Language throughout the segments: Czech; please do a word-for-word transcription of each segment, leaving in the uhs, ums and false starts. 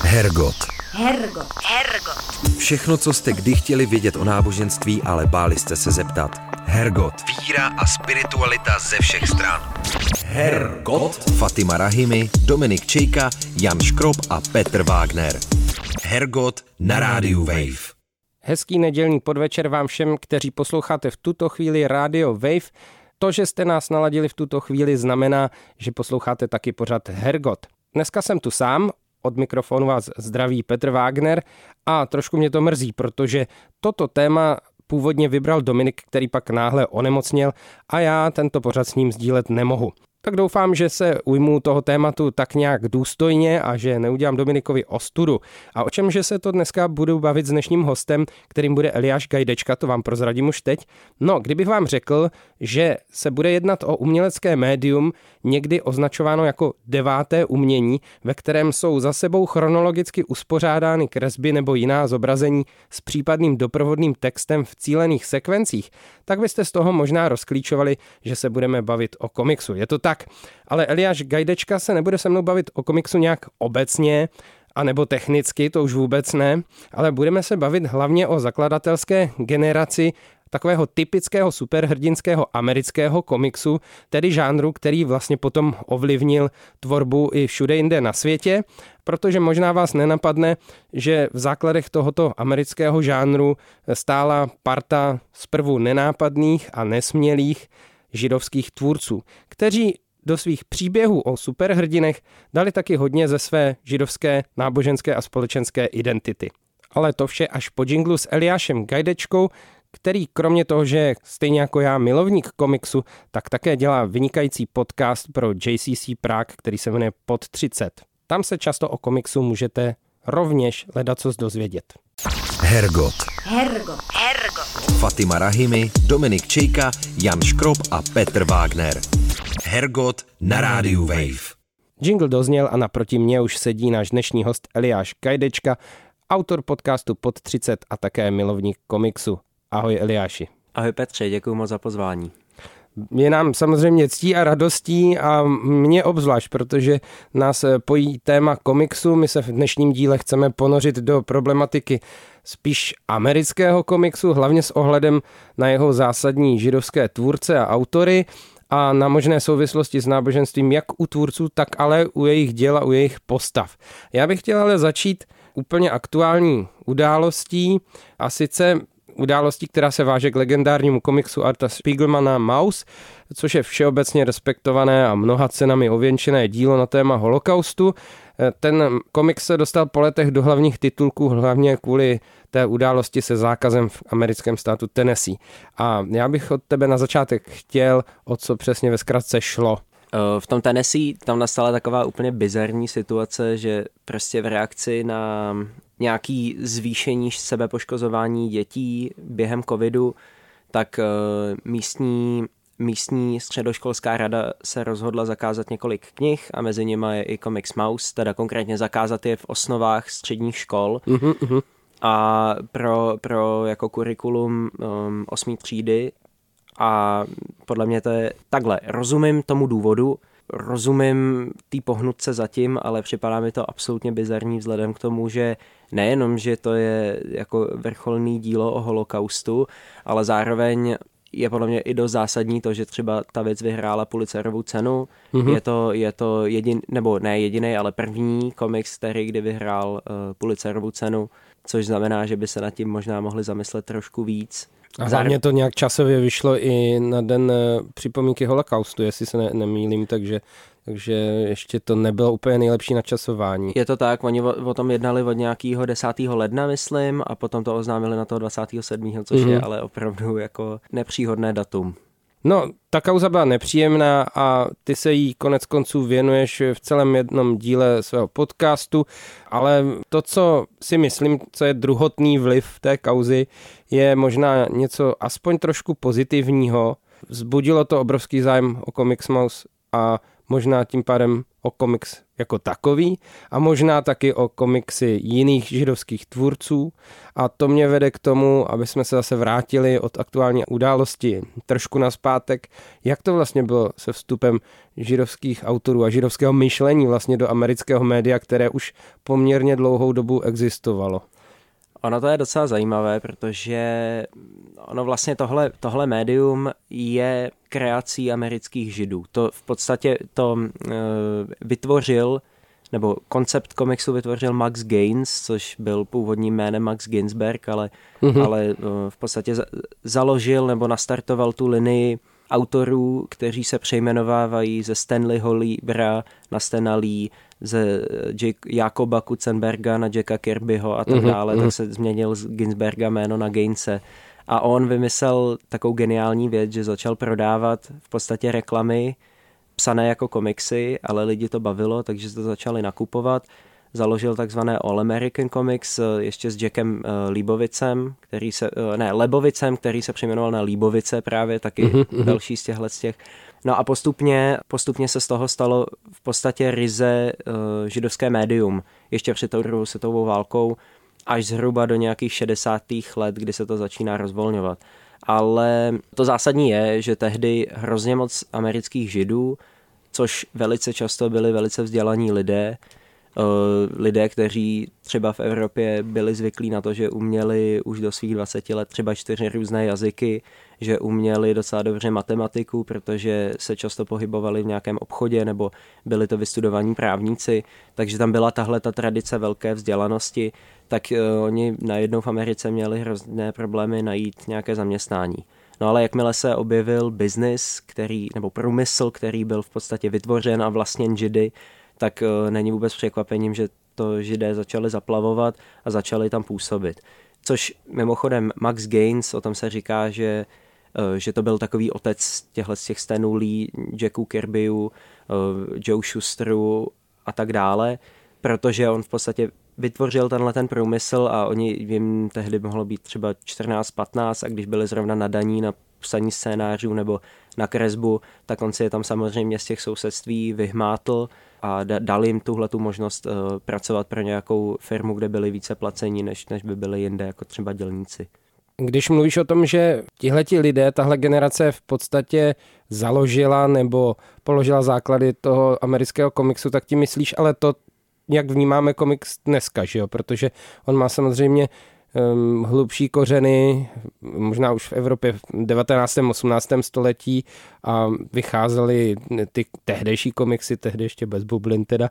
Hergot. Hergot. Hergot. Všechno, co jste kdy chtěli vědět o náboženství, ale báli jste se zeptat. Hergot. Víra a spiritualita ze všech stran. Hergot. Fatima Rahimi, Dominik Čejka, Jan Škrob a Petr Wagner. Hergot na rádiu Wave. Hezký nedělní podvečer vám všem, kteří posloucháte v tuto chvíli rádio Wave. To, že jste nás naladili v tuto chvíli, znamená, že posloucháte taky pořad Hergot. Dneska jsem tu sám, od mikrofonu vás zdraví Petr Wagner a trošku mě to mrzí, protože toto téma původně vybral Dominik, který pak náhle onemocněl a já tento pořad s ním sdílet nemohu. Tak doufám, že se ujmu toho tématu tak nějak důstojně a že neudělám Dominikovi ostudu. A o čemže se to dneska budu bavit s dnešním hostem, kterým bude Eliáš Gajdečka, to vám prozradím už teď. No, kdybych vám řekl, že se bude jednat o umělecké médium, někdy označováno jako deváté umění, ve kterém jsou za sebou chronologicky uspořádány kresby nebo jiná zobrazení s případným doprovodným textem v cílených sekvencích, tak byste z toho možná rozklíčovali, že se budeme bavit o komiksu. Je to tak, ale Eliáš Gajdečka se nebude se mnou bavit o komiksu nějak obecně, anebo technicky, to už vůbec ne, ale budeme se bavit hlavně o zakladatelské generaci takového typického superhrdinského amerického komiksu, tedy žánru, který vlastně potom ovlivnil tvorbu i všude jinde na světě, protože možná vás nenapadne, že v základech tohoto amerického žánru stála parta zprvu nenápadných a nesmělých židovských tvůrců, kteří do svých příběhů o superhrdinech dali taky hodně ze své židovské, náboženské a společenské identity. Ale to vše až po džinglu s Eliášem Gajdečkou, který kromě toho, že je stejně jako já milovník komiksu, tak také dělá vynikající podcast pro J C C Prague, který se jmenuje Pod třicet. Tam se často o komiksu můžete rovněž ledacos dozvědět. Hergot. Hergot. Hergot. Fatima Rahimi, Dominik Čejka, Jan Škrob a Petr Wagner. Hergot na rádiu Wave. Jingle dozněl a naproti mě už sedí náš dnešní host Eliáš Gajdečka, autor podcastu Pod třicet a také milovník komiksu. Ahoj Eliáši. Ahoj Petře, děkuji moc za pozvání. Je nám samozřejmě ctí a radostí a mě obzvlášť, protože nás pojí téma komiksu. My se v dnešním díle chceme ponořit do problematiky spíš amerického komiksu, hlavně s ohledem na jeho zásadní židovské tvůrce a autory a na možné souvislosti s náboženstvím jak u tvůrců, tak ale u jejich děl a u jejich postav. Já bych chtěl ale začít úplně aktuální událostí a sice událostí, která se váže k legendárnímu komiksu Arta Spiegelmana Maus, což je všeobecně respektované a mnoha cenami ověnčené dílo na téma holokaustu. Ten komiks se dostal po letech do hlavních titulků, hlavně kvůli té události se zákazem v americkém státu Tennessee. A já bych od tebe na začátek chtěl, o co přesně ve zkratce šlo. V tom Tennessee tam nastala taková úplně bizarní situace, že prostě v reakci na nějaký zvýšení sebepoškozování dětí během covidu, tak místní, místní středoškolská rada se rozhodla zakázat několik knih a mezi nimi je i Comics Maus, teda konkrétně zakázat je v osnovách středních škol. Uh-huh, uh-huh. A pro, pro jako kurikulum um, osmý třídy a podle mě to je takhle. Rozumím tomu důvodu, rozumím té pohnutce zatím, ale připadá mi to absolutně bizarní vzhledem k tomu, že nejenom, že to je jako vrcholný dílo o holokaustu, ale zároveň je podle mě i dost zásadní to, že třeba ta věc vyhrála Pulitzerovu cenu. Mm-hmm. Je to, je to jedin, nebo ne jediný, ale první komiks, který kdy vyhrál uh, Pulitzerovu cenu, což znamená, že by se nad tím možná mohli zamyslet trošku víc. A hlavně to nějak časově vyšlo i na den připomínky holokaustu, jestli se ne, nemýlím, takže, takže ještě to nebylo úplně nejlepší načasování. Je to tak, oni o, o tom jednali od nějakého desátého ledna, myslím, a potom to oznámili na toho dvacátého sedmého což mm-hmm. je ale opravdu jako nepříhodné datum. No, ta kauza byla nepříjemná a ty se jí konec konců věnuješ v celém jednom díle svého podcastu, ale to, co si myslím, co je druhotný vliv té kauzy, je možná něco aspoň trošku pozitivního. Vzbudilo to obrovský zájem o Comics Maus a možná tím pádem o komiks jako takový a možná taky o komiksy jiných židovských tvůrců. A to mě vede k tomu, aby jsme se zase vrátili od aktuální události trošku nazpátek, jak to vlastně bylo se vstupem židovských autorů a židovského myšlení vlastně do amerického média, které už poměrně dlouhou dobu existovalo. Ono to je docela zajímavé, protože ono vlastně tohle, tohle médium je kreací amerických židů. To v podstatě to uh, vytvořil, nebo koncept komiksu vytvořil Max Gaines, což byl původním jménem Max Ginsberg, ale, mm-hmm. ale uh, v podstatě za, založil nebo nastartoval tu linii autorů, kteří se přejmenovávají ze Stanleyho Liebera na Stana Lee, ze Jack, Jakoba Kutzenberga na Jacka Kirbyho a tak dále, mm-hmm. tak se změnil z Ginsberga jméno na Gainese. A on vymyslel takovou geniální věc, že začal prodávat v podstatě reklamy psané jako komiksy, ale lidi to bavilo, takže to začali nakupovat. Založil takzvané All American Comics ještě s Jackem Leibovicem, který se, ne, Lebovicem, který se přejmenoval na Leibovice právě, taky mm-hmm. další z těchhle z těch. No a postupně, postupně se z toho stalo v podstatě ryze uh, židovské médium, ještě před tou druhou světovou válkou, až zhruba do nějakých šedesátých let, kdy se to začíná rozvolňovat. Ale to zásadní je, že tehdy hrozně moc amerických židů, což velice často byli velice vzdělaní lidé, lidé, kteří třeba v Evropě byli zvyklí na to, že uměli už do svých dvaceti let třeba čtyři různé jazyky, že uměli docela dobře matematiku, protože se často pohybovali v nějakém obchodě nebo byli to vystudovaní právníci, takže tam byla tahle ta tradice velké vzdělanosti, tak uh, oni najednou v Americe měli hrozné problémy najít nějaké zaměstnání. No ale jakmile se objevil biznis, který, nebo průmysl, který byl v podstatě vytvořen a vlastněn Židy, tak uh, není vůbec překvapením, že to Židé začali zaplavovat a začali tam působit. Což mimochodem Max Gaines, o tom se říká, že, uh, že to byl takový otec těchto z těch Stanů Lee, Jacku Kirbyů, uh, Joe Shusteru a tak dále, protože on v podstatě vytvořil tenhle ten průmysl a oni, jim tehdy mohlo být třeba čtrnáct patnáct a když byli zrovna nadaní na psaní scénářů nebo na kresbu, tak on si je tam samozřejmě z těch sousedství vyhmátl a dal jim tuhle tu možnost uh, pracovat pro nějakou firmu, kde byli více placení, než, než by byli jinde, jako třeba dělníci. Když mluvíš o tom, že tihleti lidé, tahle generace v podstatě založila nebo položila základy toho amerického komiksu, tak ti myslíš ale to, jak vnímáme komiks dneska, že jo? Protože on má samozřejmě um, hlubší kořeny, možná už v Evropě v devatenáctém osmnáctém století a vycházely ty tehdejší komiksy, tehdy ještě bez bublin teda,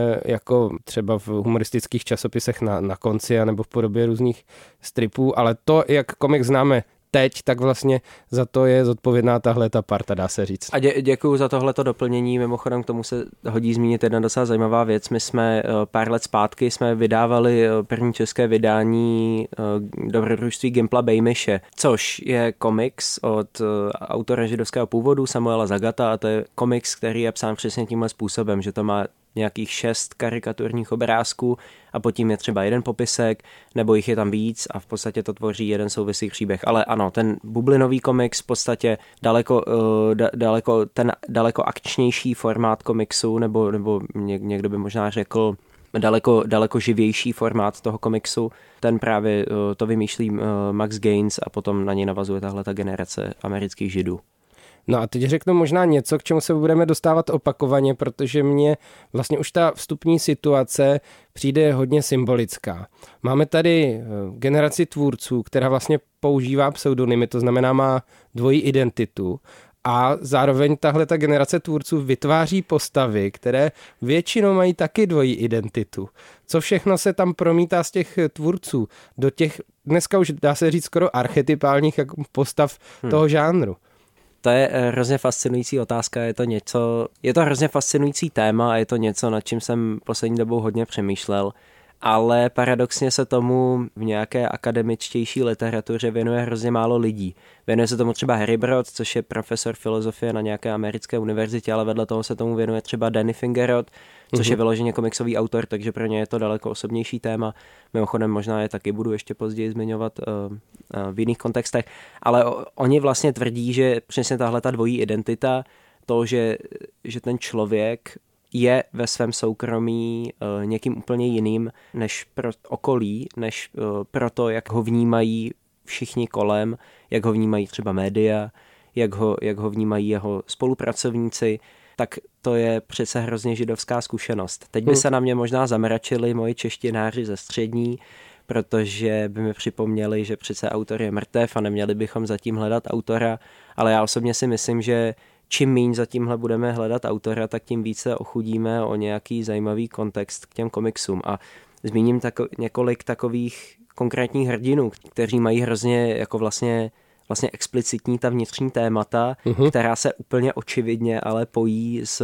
jako třeba v humoristických časopisech na, na konci nebo v podobě různých stripů, ale to, jak komiks známe teď, tak vlastně za to je zodpovědná tahle ta parta, dá se říct. A dě, děkuju za tohleto doplnění, mimochodem k tomu se hodí zmínit jedna docela zajímavá věc. My jsme pár let zpátky jsme vydávali první české vydání Dobrodružství Gimpla Bejmiše, což je komiks od autora židovského původu Samuela Zagata a to je komiks, který je psán přesně tímhle způsobem, že to má nějakých šest karikaturních obrázků a pod tím je třeba jeden popisek, nebo jich je tam víc a v podstatě to tvoří jeden souvislý příběh. Ale ano, ten bublinový komiks v podstatě daleko, uh, da, daleko, ten daleko akčnější formát komiksu, nebo, nebo někdo by možná řekl daleko, daleko živější formát toho komiksu, ten právě uh, to vymýšlí uh, Max Gaines a potom na něj navazuje tahle ta generace amerických židů. No a teď řeknu možná něco, k čemu se budeme dostávat opakovaně, protože mně vlastně už ta vstupní situace přijde hodně symbolická. Máme tady generaci tvůrců, která vlastně používá pseudonymy, to znamená má dvojí identitu a zároveň tahle ta generace tvůrců vytváří postavy, které většinou mají taky dvojí identitu. Co všechno se tam promítá z těch tvůrců do těch, dneska už dá se říct skoro archetypálních postav hmm. toho žánru. To je hrozně fascinující otázka, je to něco, je to hrozně fascinující téma a je to něco, nad čím jsem poslední dobou hodně přemýšlel, ale paradoxně se tomu v nějaké akademičtější literatuře věnuje hrozně málo lidí. Věnuje se tomu třeba Harry Brod, což je profesor filozofie na nějaké americké univerzitě, ale vedle toho se tomu věnuje třeba Danny Fingerod, což je vyloženě komiksový autor, takže pro ně je to daleko osobnější téma. Mimochodem možná je taky budu ještě později zmiňovat uh, uh, v jiných kontextech, ale o, oni vlastně tvrdí, že přesně tahle ta dvojí identita to, že, že ten člověk je ve svém soukromí uh, někým úplně jiným než pro okolí, než uh, pro to, jak ho vnímají všichni kolem, jak ho vnímají třeba média, jak ho, jak ho vnímají jeho spolupracovníci, tak to je přece hrozně židovská zkušenost. Teď by hmm. se na mě možná zamračili moji češtináři ze střední, protože by mi připomněli, že přece autor je mrtev a neměli bychom zatím hledat autora, ale já osobně si myslím, že čím míň za tímhle budeme hledat autora, tak tím více ochudíme o nějaký zajímavý kontext k těm komiksům. A zmíním tako- několik takových konkrétních hrdinů, kteří mají hrozně jako vlastně, vlastně explicitní ta vnitřní témata, uh-huh. která se úplně očividně ale pojí s,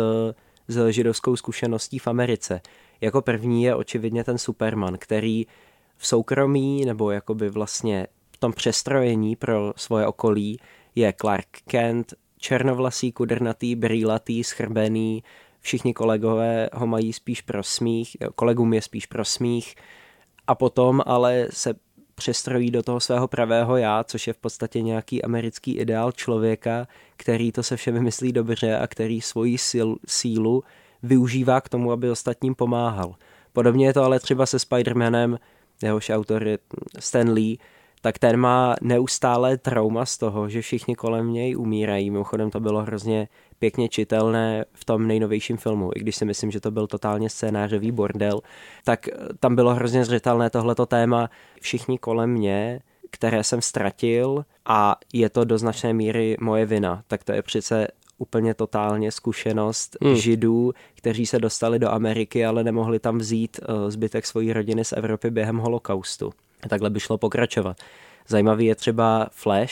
s židovskou zkušeností v Americe. Jako první je očividně ten Superman, který v soukromí nebo jakoby vlastně v tom přestrojení pro svoje okolí je Clark Kent, černovlasý, kudrnatý, brýlatý, schrbený, všichni kolegové ho mají spíš pro smích, kolegům je spíš pro smích a potom ale se přestrojí do toho svého pravého já, což je v podstatě nějaký americký ideál člověka, který to se všemi myslí dobře a který svoji sil, sílu využívá k tomu, aby ostatním pomáhal. Podobně je to ale třeba se Spider-Manem, jehož autor je Stan Lee, tak ten má neustále trauma z toho, že všichni kolem něj umírají. Mimochodem to bylo hrozně pěkně čitelné v tom nejnovějším filmu, i když si myslím, že to byl totálně scénářový bordel, tak tam bylo hrozně zřetelné tohleto téma všichni kolem mě, které jsem ztratil a je to do značné míry moje vina. Tak to je přece úplně totálně zkušenost hmm. Židů, kteří se dostali do Ameriky, ale nemohli tam vzít zbytek svojí rodiny z Evropy během holokaustu. Takhle by šlo pokračovat. Zajímavý je třeba Flash,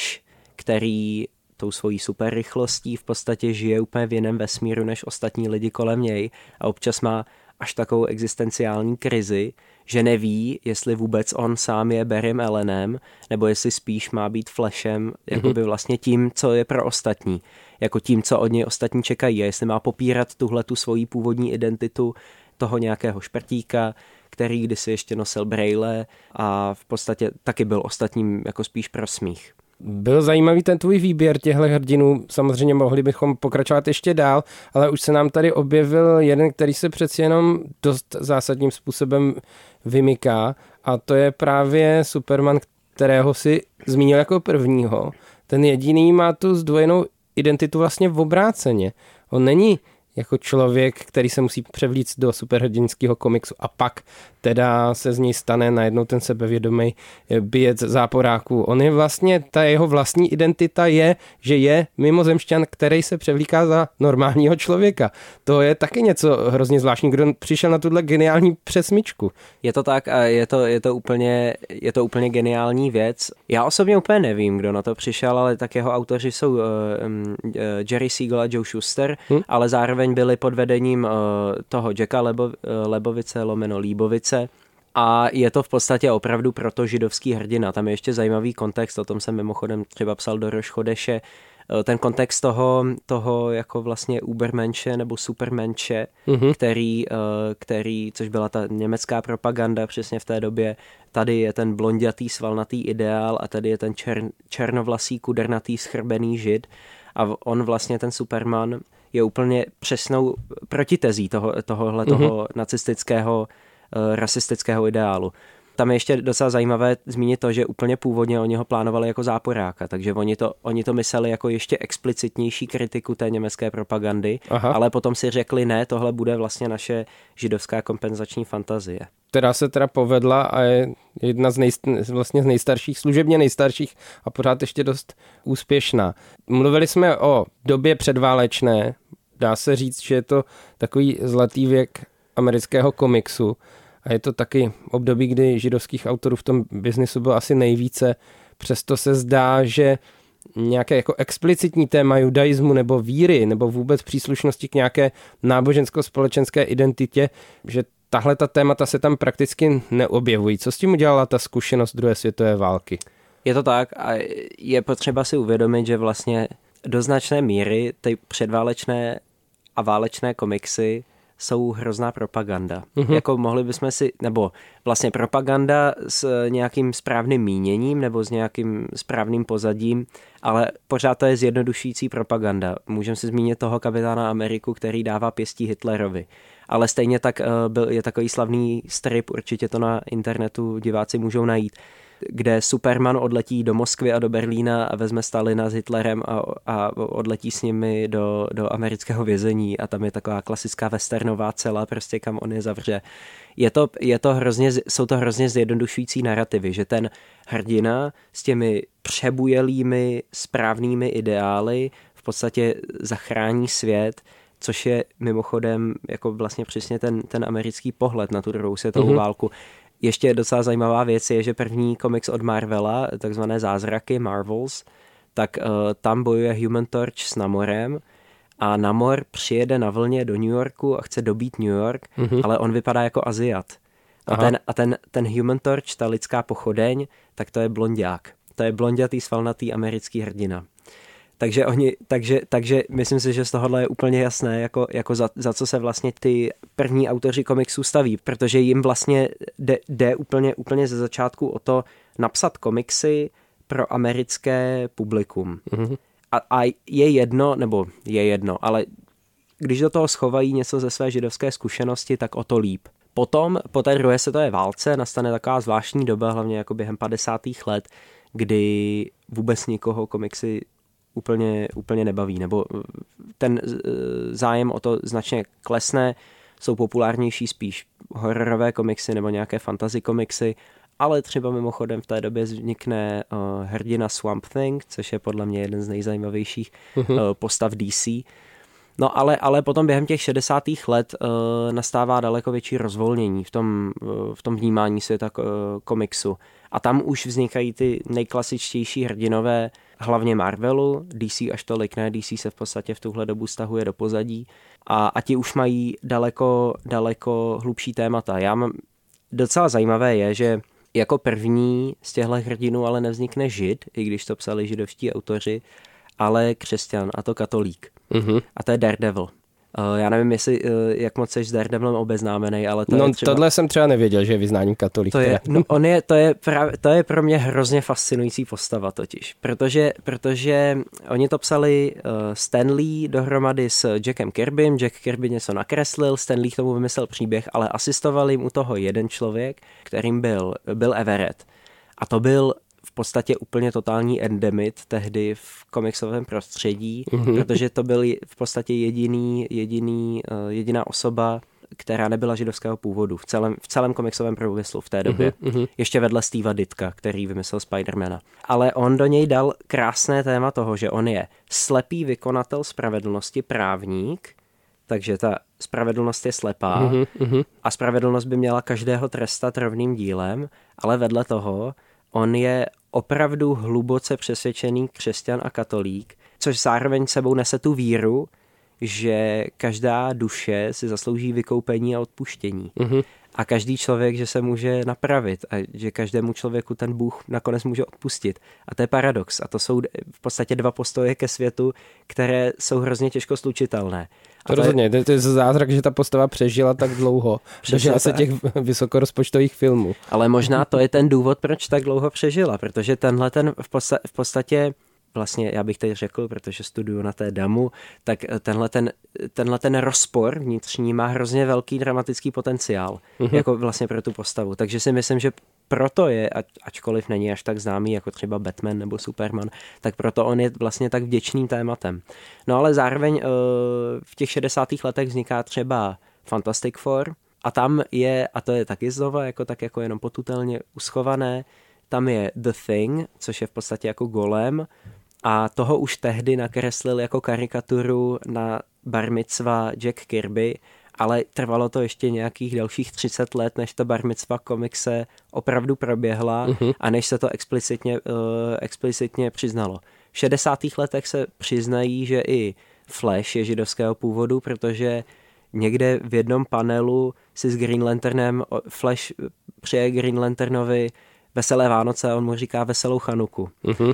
který tou svojí superrychlostí v podstatě žije úplně v jiném vesmíru než ostatní lidi kolem něj a občas má až takovou existenciální krizi, že neví, jestli vůbec on sám je Barrym Allenem, nebo jestli spíš má být Flashem, jakoby vlastně tím, co je pro ostatní. Jako tím, co od něj ostatní čekají. A jestli má popírat tuhle tu svoji původní identitu toho nějakého šprtíka, který kdysi ještě nosil brejle a v podstatě taky byl ostatním jako spíš pro smích. Byl zajímavý ten tvůj výběr těchto hrdinů, samozřejmě mohli bychom pokračovat ještě dál, ale už se nám tady objevil jeden, který se přeci jenom dost zásadním způsobem vymyká a to je právě Superman, kterého si zmínil jako prvního. Ten jediný má tu zdvojenou identitu vlastně v obráceně. On není jako člověk, který se musí převlíct do superhrdinského komiksu a pak teda se z něj stane najednou ten sebevědomý bijec záporáků. On je vlastně, ta jeho vlastní identita je, že je mimozemšťan, který se převlíká za normálního člověka. To je taky něco hrozně zvláštní, kdo přišel na tuhle geniální přesmyčku. Je to tak a je to, je to, úplně, je to úplně geniální věc. Já osobně úplně nevím, kdo na to přišel, ale tak jeho autoři jsou uh, uh, Jerry Siegel a Joe Shuster, hm? ale zároveň byli pod vedením uh, toho Jacka Lebo, uh, Lebovice, lomeno Líbovice a je to v podstatě opravdu proto židovský hrdina. Tam je ještě zajímavý kontext, o tom jsem mimochodem třeba psal do Roš Chodeše, uh, ten kontext toho, toho jako vlastně Ubermenše nebo Supermenše, mm-hmm. který, uh, který, což byla ta německá propaganda přesně v té době, tady je ten blondětý svalnatý ideál a tady je ten čer, černovlasý kudrnatý schrbený žid a on vlastně ten Superman je úplně přesnou protitezí toho, tohohle mm-hmm. toho nacistického, uh, rasistického ideálu. Tam je ještě docela zajímavé zmínit to, že úplně původně oni ho plánovali jako záporáka, takže oni to, oni to mysleli jako ještě explicitnější kritiku té německé propagandy, Aha. ale potom si řekli, ne, tohle bude vlastně naše židovská kompenzační fantazie. Která se teda povedla a je jedna z, nejst, vlastně z nejstarších, služebně nejstarších a pořád ještě dost úspěšná. Mluvili jsme o době předválečné, dá se říct, že je to takový zlatý věk amerického komiksu a je to taky období, kdy židovských autorů v tom biznisu bylo asi nejvíce. Přesto se zdá, že nějaké jako explicitní téma judaismu nebo víry nebo vůbec příslušnosti k nějaké nábožensko-společenské identitě, že tahle ta témata se tam prakticky neobjevují. Co s tím udělala ta zkušenost druhé světové války? Je to tak a je potřeba si uvědomit, že vlastně do značné míry ty předválečné a válečné komiksy jsou hrozná propaganda. Mm-hmm. Jako mohli bychom si, nebo vlastně propaganda s nějakým správným míněním nebo s nějakým správným pozadím, ale pořád to je zjednodušující propaganda. Můžeme si zmínit toho kapitána Ameriku, který dává pěstí Hitlerovi. Ale stejně tak byl, je takový slavný strip, určitě to na internetu diváci můžou najít, kde Superman odletí do Moskvy a do Berlína a vezme Stalina s Hitlerem a, a odletí s nimi do, do amerického vězení a tam je taková klasická westernová cela, prostě kam on je zavře. Je to, je to hrozně, jsou to hrozně zjednodušující narrativy, že ten hrdina s těmi přebujelými správnými ideály v podstatě zachrání svět, což je mimochodem jako vlastně přesně ten, ten americký pohled na tu druhou světovou mm-hmm. válku. Ještě docela zajímavá věc je, že první komiks od Marvela, takzvané Zázraky, Marvels, tak uh, tam bojuje Human Torch s Namorem a Namor přijede na vlně do New Yorku a chce dobít New York, mm-hmm. ale on vypadá jako Aziat. A, ten, a ten, ten Human Torch, ta lidská pochodeň, tak to je blonďák. To je blonďatý, svalnatý americký hrdina. Takže, oni, takže, takže myslím si, že z tohohle je úplně jasné, jako, jako za, za co se vlastně ty první autoři komiksů staví, protože jim vlastně jde, jde úplně, úplně ze začátku o to napsat komiksy pro americké publikum. Mm-hmm. A, a je jedno, nebo je jedno, ale když do toho schovají něco ze své židovské zkušenosti, tak o to líp. Potom, po té druhé světové válce, nastane taková zvláštní doba, hlavně jako během padesátých let, kdy vůbec nikoho komiksy úplně, úplně nebaví, nebo ten zájem o to značně klesne, jsou populárnější spíš hororové komiksy nebo nějaké fantasy komiksy, ale třeba mimochodem v té době vznikne uh, hrdina Swamp Thing, což je podle mě jeden z nejzajímavějších uh, postav D C. No ale, ale potom během těch šedesátých let uh, nastává daleko větší rozvolnění v tom, uh, v tom vnímání světa uh, komiksu. A tam už vznikají ty nejklasičtější hrdinové, hlavně Marvelu, D C až tolik ne, D C se v podstatě v tuhle dobu stahuje do pozadí a, a ti už mají daleko, daleko hlubší témata. Já mám, docela zajímavé je, že jako první z těchto hrdinů ale nevznikne žid, i když to psali židovští autoři, ale křesťan, a to katolík. Mm-hmm. A to je Daredevil. Uh, já nevím, jestli, uh, jak moc seš s Daredevilem obeznámený, ale to no, je třeba... tohle jsem třeba nevěděl, že je vyznáním katolík. To je, no, on je, to, je právě, to je pro mě hrozně fascinující postava totiž, protože, protože oni to psali uh, Stan Lee dohromady s Jackem Kirbym, Jack Kirby něco nakreslil, Stan Lee k tomu vymyslel příběh, ale asistoval jim u toho jeden člověk, kterým byl Bill Everett. A to byl v podstatě úplně totální endemit tehdy v komiksovém prostředí, mm-hmm. protože to byl v podstatě jediný, jediný, uh, jediná osoba, která nebyla židovského původu v celém, v celém komiksovém průmyslu v té době. Mm-hmm. Ještě vedle Steva Ditka, který vymyslel Spidermana. Ale on do něj dal krásné téma toho, že on je slepý vykonatel spravedlnosti, právník, takže ta spravedlnost je slepá mm-hmm. a spravedlnost by měla každého trestat rovným dílem, ale vedle toho on je opravdu hluboce přesvědčený křesťan a katolík, což zároveň sebou nese tu víru, že každá duše si zaslouží vykoupení a odpuštění. Mm-hmm. A každý člověk, že se může napravit a že každému člověku ten Bůh nakonec může odpustit. A to je paradox. A to jsou v podstatě dva postoje ke světu, které jsou hrozně těžko slučitelné. To, to rozhodně, je... to je zázrak, že ta postava přežila tak dlouho. Přežila se těch vysokorozpočtových filmů. Ale možná to je ten důvod, proč tak dlouho přežila, protože tenhle ten v podstatě, v podstatě vlastně, já bych teď řekl, protože studuju na té damu, tak tenhle ten, tenhle ten rozpor vnitřní má hrozně velký dramatický potenciál, mm-hmm. jako vlastně pro tu postavu. Takže si myslím, že proto je, ačkoliv není až tak známý jako třeba Batman nebo Superman, tak proto on je vlastně tak vděčným tématem. No ale zároveň v těch šedesátých letech vzniká třeba Fantastic Four a tam je, a to je taky znova jako tak jako jenom potutelně uschované, tam je The Thing, což je v podstatě jako golem, a toho už tehdy nakreslil jako karikaturu na bar mitzva Jack Kirby, ale trvalo to ještě nějakých dalších třicet let, než ta bar mitzva komikse opravdu proběhla uh-huh. a než se to explicitně, uh, explicitně přiznalo. V šedesátých letech se přiznají, že i Flash je židovského původu, protože někde v jednom panelu si s Green Lanternem Flash přeje Green Lanternovi veselé Vánoce a on mu říká veselou Chanuku. Uh-huh.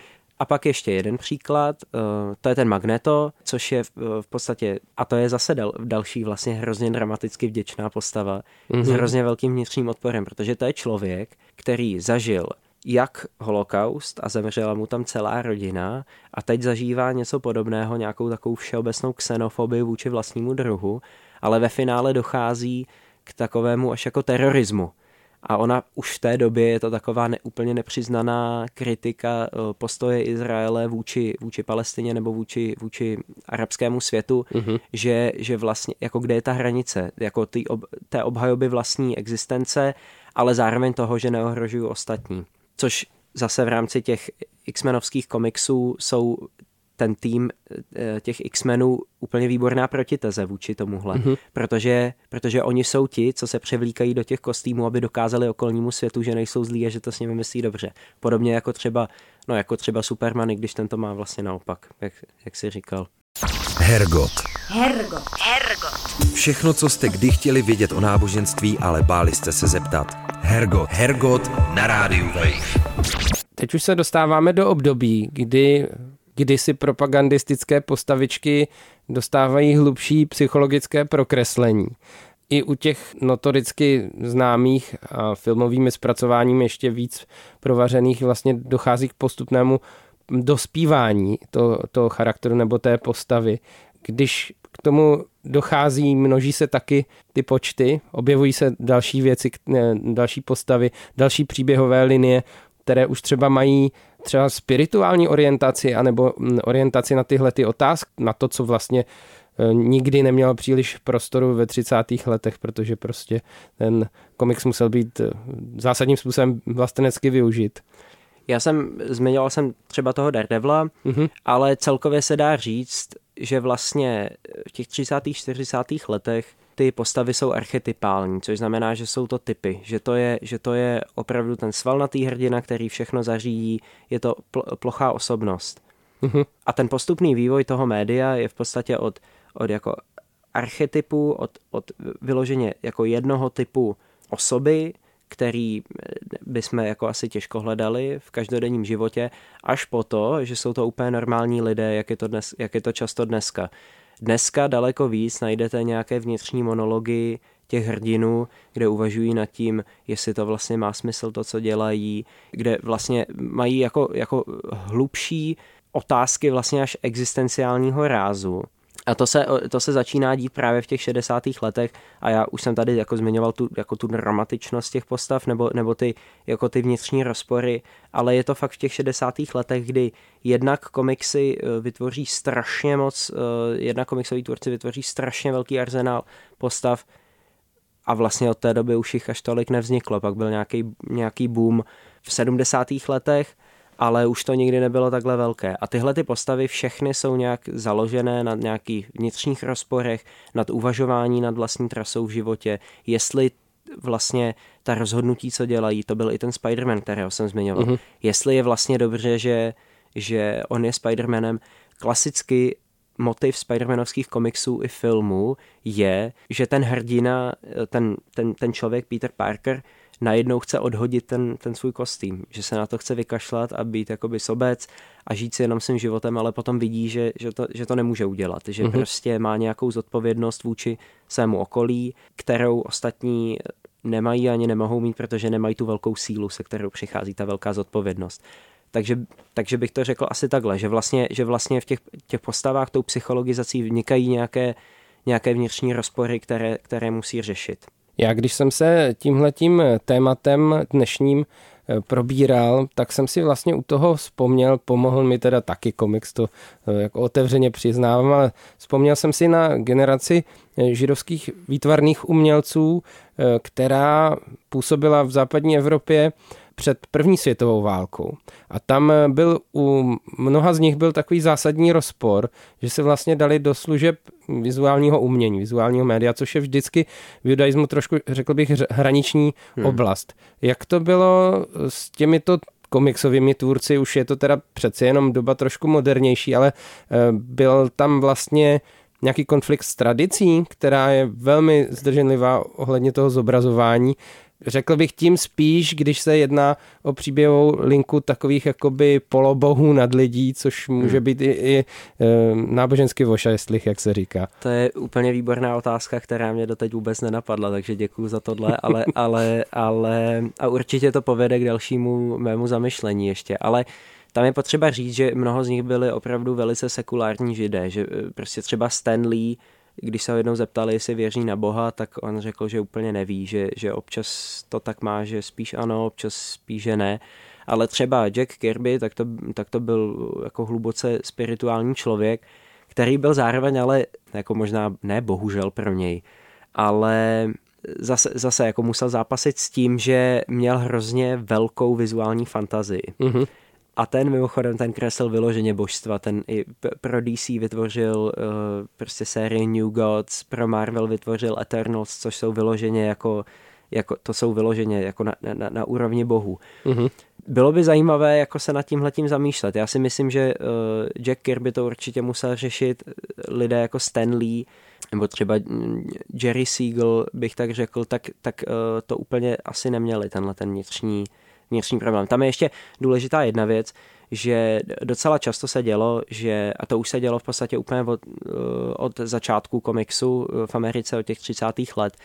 A pak ještě jeden příklad, to je ten Magneto, což je v podstatě, a to je zase dal, další vlastně hrozně dramaticky vděčná postava mm-hmm. s hrozně velkým vnitřním odporem, protože to je člověk, který zažil jak holokaust a zemřela mu tam celá rodina a teď zažívá něco podobného, nějakou takovou všeobecnou xenofobii vůči vlastnímu druhu, ale ve finále dochází k takovému až jako terorismu. A ona už v té době je to taková neúplně nepřiznaná kritika postoje Izraele vůči, vůči Palestině nebo vůči, vůči arabskému světu, mm-hmm. že, že vlastně, jako kde je ta hranice, jako ty ob, té obhajoby vlastní existence, ale zároveň toho, že neohrožují ostatní. Což zase v rámci těch X-menovských komiksů jsou ten tým těch X-menů úplně výborná protiteze vůči tomuhle, mm-hmm. protože, protože oni jsou ti, co se převlíkají do těch kostýmů, aby dokázali okolnímu světu, že nejsou zlí a že to s nimi myslí dobře. Podobně jako třeba, no jako třeba Superman, i když ten to má vlastně naopak, jak, jak jsi říkal. Hergot. Hergot. Hergot. Všechno, co jste kdy chtěli vědět o náboženství, ale báli jste se zeptat. Hergot. Hergot na rádiu Wave. Teď už se dostáváme do období, kdy kdy si propagandistické postavičky dostávají hlubší psychologické prokreslení. I u těch notoricky známých a filmovými zpracováními ještě víc provařených vlastně dochází k postupnému dospívání toho, toho charakteru nebo té postavy. Když k tomu dochází, množí se taky ty počty, objevují se další věci, další postavy, další příběhové linie, které už třeba mají třeba spirituální orientaci anebo orientaci na tyhle ty otázky, na to, co vlastně nikdy nemělo příliš prostoru ve třicátých letech, protože prostě ten komiks musel být zásadním způsobem vlastenecky využit. Já jsem, zmiňoval jsem třeba toho Daredevila, mm-hmm. ale celkově se dá říct, že vlastně v těch třicátých, čtyřicátých letech ty postavy jsou archetypální, což znamená, že jsou to typy, že to je, že to je opravdu ten svalnatý hrdina, který všechno zařídí, je to pl- plochá osobnost. Mm-hmm. A ten postupný vývoj toho média je v podstatě od, od jako archetypu, od, od vyloženě jako jednoho typu osoby, který bychom jako asi těžko hledali v každodenním životě, až po to, že jsou to úplně normální lidé, jak je to, dnes, jak je to často dneska. Dneska daleko víc najdete nějaké vnitřní monology těch hrdinů, kde uvažují nad tím, jestli to vlastně má smysl to, co dělají, kde vlastně mají jako, jako hlubší otázky vlastně až existenciálního rázu. A to se, to se začíná dít právě v těch šedesátých letech a já už jsem tady jako zmiňoval tu, jako tu dramatičnost těch postav nebo, nebo ty, jako ty vnitřní rozpory, ale je to fakt v těch šedesátých letech, kdy jednak komiksy vytvoří strašně moc, jednak komiksoví tvůrci vytvoří strašně velký arzenál postav a vlastně od té doby už jich až tolik nevzniklo. Pak byl nějaký, nějaký boom v sedmdesátých letech, ale už to nikdy nebylo takhle velké. A tyhle ty postavy všechny jsou nějak založené na nějakých vnitřních rozporech, nad uvažování nad vlastní trasou v životě, jestli vlastně ta rozhodnutí, co dělají, to byl i ten Spider-Man, kterého jsem zmiňoval, mm-hmm. jestli je vlastně dobře, že, že on je Spider-Manem. Klasicky motiv Spider-Manovských komiksů i filmů je, že ten hrdina, ten, ten, ten člověk Peter Parker, najednou chce odhodit ten, ten svůj kostým, že se na to chce vykašlat a být jakoby sobec a žít si jenom svým životem, ale potom vidí, že, že, to, že to nemůže udělat, že mm-hmm. prostě má nějakou zodpovědnost vůči svému okolí, kterou ostatní nemají ani nemohou mít, protože nemají tu velkou sílu, se kterou přichází ta velká zodpovědnost. Takže, takže bych to řekl asi takhle, že vlastně, že vlastně v těch, těch postavách tou psychologizací vnikají nějaké, nějaké vnitřní rozpory, které, které musí řešit. Já když jsem se tímhletím tématem dnešním probíral, tak jsem si vlastně u toho vzpomněl, pomohl mi teda taky komiks, to jako otevřeně přiznávám, ale vzpomněl jsem si na generaci židovských výtvarných umělců, která působila v západní Evropě před první světovou válkou. A tam byl u mnoha z nich byl takový zásadní rozpor, že se vlastně dali do služeb vizuálního umění, vizuálního média, což je vždycky v judaismu trošku, řekl bych, hraniční hmm. oblast. Jak to bylo s těmito komiksovými tvůrci, už je to teda přece jenom doba trošku modernější, ale byl tam vlastně nějaký konflikt s tradicí, která je velmi zdrženlivá ohledně toho zobrazování. Řekl bych tím spíš, když se jedná o příběhovou linku takových jakoby polobohů nad lidí, což může být i, i e, nábožensky vošajstlých, jak se říká. To je úplně výborná otázka, která mě doteď vůbec nenapadla, takže děkuju za tohle, ale, ale, ale a určitě to povede k dalšímu mému zamyšlení ještě, ale tam je potřeba říct, že mnoho z nich byli opravdu velice sekulární židé, že prostě třeba Stan Lee, když se ho jednou zeptali, jestli věří na Boha, tak on řekl, že úplně neví, že, že občas to tak má, že spíš ano, občas spíš, že ne. Ale třeba Jack Kirby, tak to, tak to byl jako hluboce spirituální člověk, který byl zároveň ale, jako možná ne bohužel pro něj, ale zase, zase jako musel zápasit s tím, že měl hrozně velkou vizuální fantazii. Mm-hmm. A ten mimochodem, ten kreslil vyloženě božstva, ten i pro D C vytvořil uh, prostě sérii New Gods, pro Marvel vytvořil Eternals, což jsou vyloženě jako, jako to jsou vyloženě jako na, na, na úrovni bohů. Mm-hmm. Bylo by zajímavé jako se nad tímhletím zamýšlet. Já si myslím, že uh, Jack Kirby to určitě musel řešit, lidé jako Stan Lee, nebo třeba Jerry Siegel, bych tak řekl, tak, tak uh, to úplně asi neměli, tenhle ten vnitřní vnitřní problém. Tam je ještě důležitá jedna věc, že docela často se dělo, že, a to už se dělo v podstatě úplně od, od začátku komiksu v Americe, od těch třicátých let,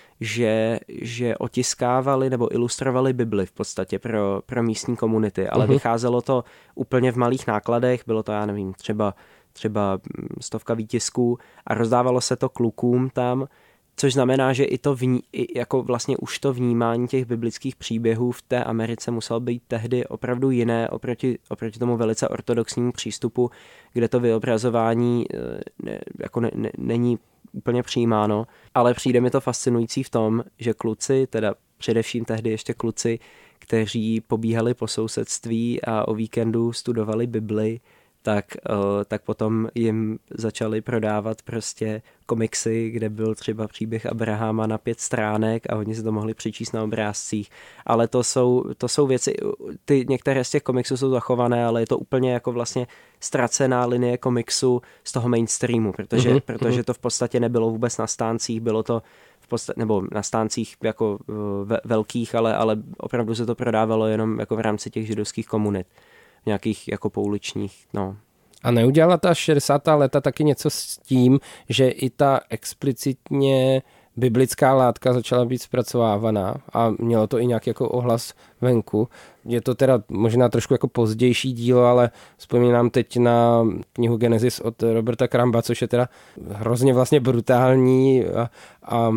že, že otiskávali nebo ilustrovali Bibli v podstatě pro, pro místní komunity, ale uh-huh. vycházelo to úplně v malých nákladech, bylo to, já nevím, třeba, třeba stovka výtisků a rozdávalo se to klukům tam, což znamená, že i to vní, i jako vlastně už to vnímání těch biblických příběhů v té Americe muselo být tehdy opravdu jiné oproti, oproti tomu velice ortodoxnímu přístupu, kde to vyobrazování ne, jako ne, ne, není úplně přijímáno, ale přijde mi to fascinující v tom, že kluci, teda především tehdy ještě kluci, kteří pobíhali po sousedství a o víkendu studovali Bibli, tak, tak potom jim začali prodávat prostě komiksy, kde byl třeba příběh Abrahama na pět stránek a oni si to mohli přečíst na obrázcích. Ale to jsou, to jsou věci, ty některé z těch komiksů jsou zachované, ale je to úplně jako vlastně ztracená linie komiksu z toho mainstreamu, protože, uh-huh, protože to v podstatě nebylo vůbec na stáncích, bylo to v podstatě, nebo na stáncích jako ve, velkých, ale, ale opravdu se to prodávalo jenom jako v rámci těch židovských komunit. Nějakých jako pouličních, no. A neudělala ta šedesátá léta taky něco s tím, že i ta explicitně biblická látka začala být zpracovávaná a mělo to i nějaký jako ohlas venku. Je to teda možná trošku jako pozdější dílo, ale vzpomínám teď na knihu Genesis od Roberta Crumba, což je teda hrozně vlastně brutální a, a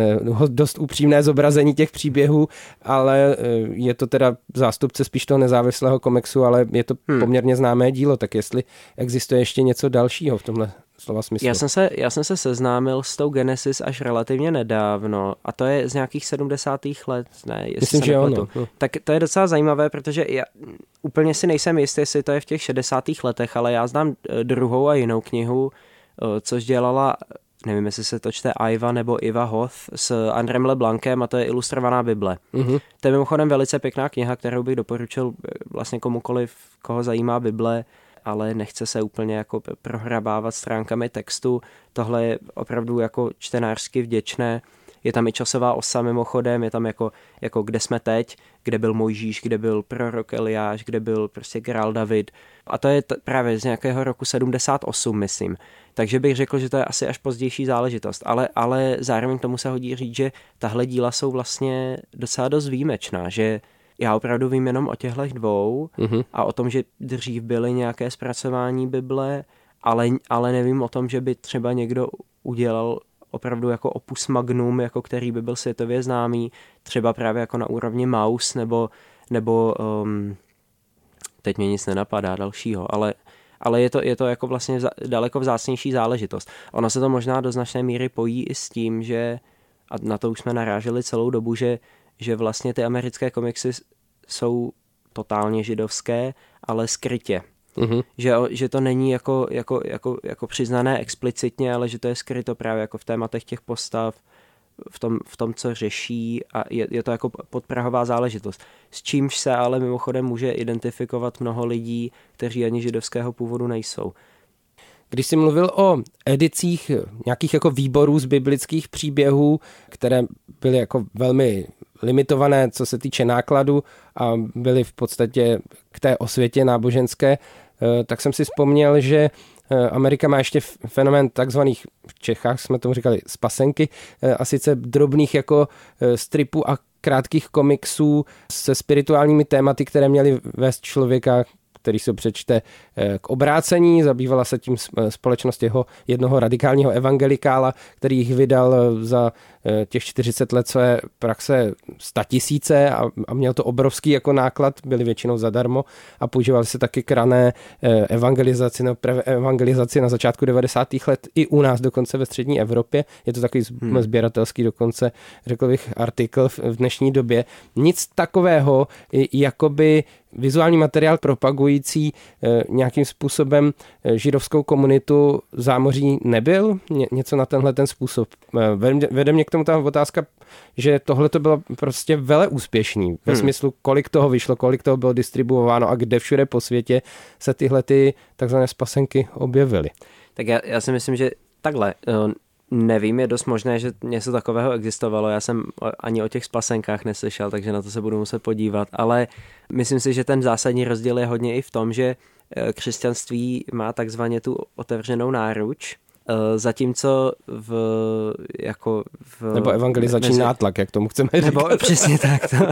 dost upřímné zobrazení těch příběhů, ale je to teda zástupce spíš toho nezávislého komiksu, ale je to hmm. poměrně známé dílo, tak jestli existuje ještě něco dalšího v tomhle slova smyslu. Já jsem se, já jsem se seznámil s tou Genesis až relativně nedávno a to je z nějakých sedmdesátých let, ne? Myslím, že ono. No. Tak to je docela zajímavé, protože já úplně si nejsem jistý, jestli to je v těch šedesátých letech, ale já znám druhou a jinou knihu, což dělala, nevím, jestli se to čte Iva nebo Iva Hoth s Andrem LeBlancem a to je ilustrovaná Bible. Uh-huh. To je mimochodem velice pěkná kniha, kterou bych doporučil vlastně komukoliv, koho zajímá Bible, ale nechce se úplně jako prohrabávat stránkami textu. Tohle je opravdu jako čtenářsky vděčné. Je tam i časová osa mimochodem, je tam jako, jako kde jsme teď, kde byl Mojžíš, kde byl prorok Eliáš, kde byl prostě král David. A to je t- právě z nějakého roku sedmdesát osm, myslím. Takže bych řekl, že to je asi až pozdější záležitost. Ale, ale zároveň tomu se hodí říct, že tahle díla jsou vlastně docela dost výjimečná, že já opravdu vím jenom o těchto dvou mm-hmm. a o tom, že dřív byly nějaké zpracování Bible, ale, ale nevím o tom, že by třeba někdo udělal opravdu jako opus magnum, jako který by byl světově známý, třeba právě jako na úrovni Maus, nebo, nebo um, teď mě nic nenapadá dalšího, ale, ale je, to, je to jako vlastně vza, daleko vzácnější záležitost. Ono se to možná do značné míry pojí i s tím, že, a na to už jsme naráželi celou dobu, že, že vlastně ty americké komiksy jsou totálně židovské, ale skrytě. Mm-hmm. Že, že to není jako, jako, jako, jako přiznané explicitně, ale že to je skryto právě jako v tématech těch postav, v tom, v tom co řeší a je, je to jako podprahová záležitost. S čímž se ale mimochodem může identifikovat mnoho lidí, kteří ani židovského původu nejsou. Když jsi mluvil o edicích nějakých jako výborů z biblických příběhů, které byly jako velmi limitované, co se týče nákladu a byly v podstatě k té osvětě náboženské, tak jsem si vzpomněl, že Amerika má ještě fenomén takzvaných, v Čechách jsme tomu říkali spasenky, a sice drobných jako stripů a krátkých komiksů se spirituálními tématy, které měly vést člověka, který se přečte k obrácení. Zabývala se tím společnost jeho jednoho radikálního evangelikála, který jich vydal za těch čtyřicet let své praxe statisíce a, a měl to obrovský jako náklad, byly většinou zadarmo a používali se taky k rané evangelizaci, no, evangelizaci na začátku devadesátých let i u nás dokonce ve střední Evropě. Je to takový hmm. sběratelský dokonce, řekl bych, artikl v dnešní době. Nic takového, jakoby vizuální materiál propagující e, nějakým způsobem e, židovskou komunitu v zámoří nebyl? Ně, něco na tenhle ten způsob. E, vede, vede mě k tomu ta otázka, že tohle to bylo prostě vele úspěšný. Ve hmm. smyslu, kolik toho vyšlo, kolik toho bylo distribuováno a kde všude po světě se tyhle ty takzvané spasenky objevily. Tak já, já si myslím, že takhle... Uh... Nevím, je dost možné, že něco takového existovalo. Já jsem ani o těch spasenkách neslyšel, takže na to se budu muset podívat. Ale myslím si, že ten zásadní rozdíl je hodně i v tom, že křesťanství má takzvaně tu otevřenou náruč, zatímco v... Jako v nebo evangelizační mezi, nátlak, jak tomu chceme říct. Nebo přesně tak. To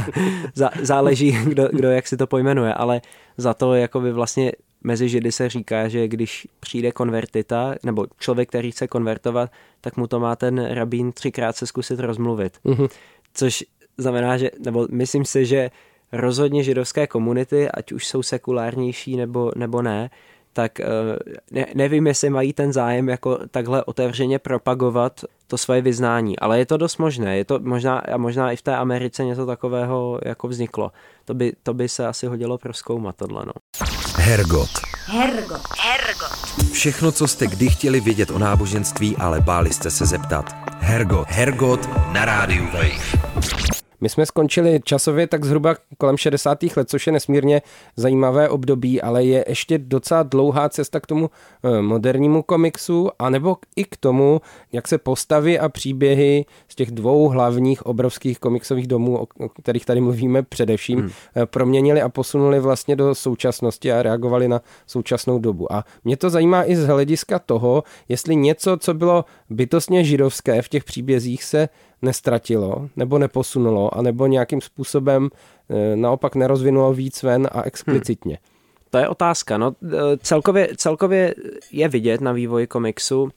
záleží, kdo, kdo jak si to pojmenuje, ale za to jakoby vlastně mezi Židy se říká, že když přijde konvertita, nebo člověk, který chce konvertovat, tak mu to má ten rabín třikrát se zkusit rozmluvit. Mm-hmm. Což znamená, že, nebo myslím si, že rozhodně židovské komunity, ať už jsou sekulárnější nebo, nebo ne, tak ne, nevím, jestli mají ten zájem jako takhle otevřeně propagovat to svoje vyznání, ale je to dost možné. Je to možná, a možná i v té Americe něco takového jako vzniklo. To by, to by se asi hodilo prozkoumat tohle, no. Hergot. Hergot. Hergot. Všechno, co jste kdy chtěli vědět o náboženství, ale báli jste se zeptat. Hergot. Hergot na rádiu Wave. My jsme skončili časově tak zhruba kolem šedesátých let, což je nesmírně zajímavé období, ale je ještě docela dlouhá cesta k tomu modernímu komiksu, anebo i k tomu, jak se postavy a příběhy z těch dvou hlavních obrovských komiksových domů, o kterých tady mluvíme především, hmm. proměnili a posunuli vlastně do současnosti a reagovali na současnou dobu. A mě to zajímá i z hlediska toho, jestli něco, co bylo bytostně židovské v těch příbězích, se nestratilo, nebo neposunulo, anebo nějakým způsobem e, naopak nerozvinulo víc ven a explicitně. Hmm. To je otázka. No, celkově, celkově je vidět na vývoji komiksu,